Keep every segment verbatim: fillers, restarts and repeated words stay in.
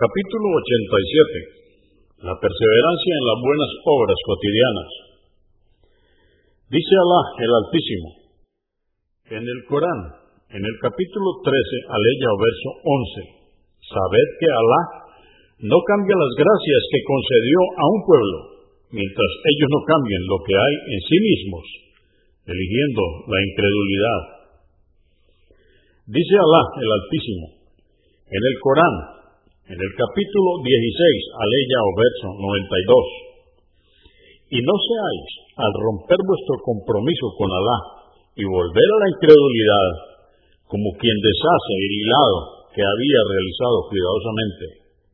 Capítulo ochenta y siete. La perseverancia en las buenas obras cotidianas. Dice Alá el Altísimo en el Corán, en el capítulo trece, aleya o verso once: sabed que Alá no cambia las gracias que concedió a un pueblo, mientras ellos no cambien lo que hay en sí mismos, eligiendo la incredulidad. Dice Alá el Altísimo en el Corán, en el capítulo dieciséis, aleya o verso noventa y dos: y no seáis, al romper vuestro compromiso con Alá y volver a la incredulidad, como quien deshace el hilado que había realizado cuidadosamente.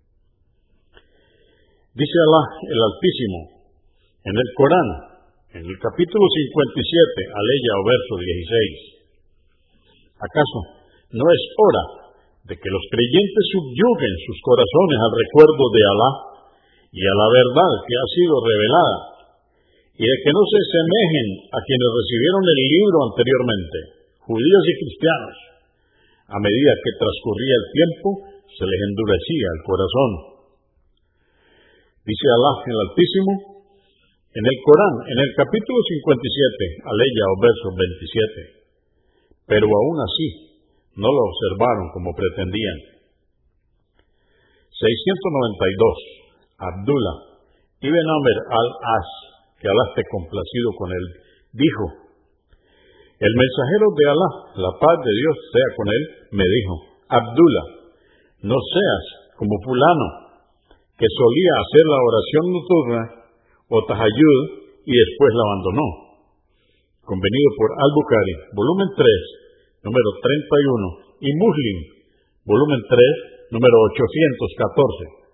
Dice Alá el Altísimo en el Corán, en el capítulo cincuenta y siete, aleya o verso dieciséis: ¿acaso no es hora de que los creyentes subyuguen sus corazones al recuerdo de Alá y a la verdad que ha sido revelada, y de que no se semejen a quienes recibieron el libro anteriormente, judíos y cristianos? A medida que transcurría el tiempo, se les endurecía el corazón. Dice Alá el Altísimo en el Corán, en el capítulo cincuenta y siete, aleya o verso veintisiete: pero aún así no lo observaron como pretendían. seiscientos noventa y dos. Abdullah ibn Amr al-As, que Alá esté complacido con él, dijo: el mensajero de Alá, la paz de Dios sea con él, me dijo: Abdullah, no seas como fulano, que solía hacer la oración nocturna o tahajjud y después la abandonó. Convenido por Al-Bukhari, volumen tres, número treinta y uno, y Muslim, volumen tres, número ochocientos catorce.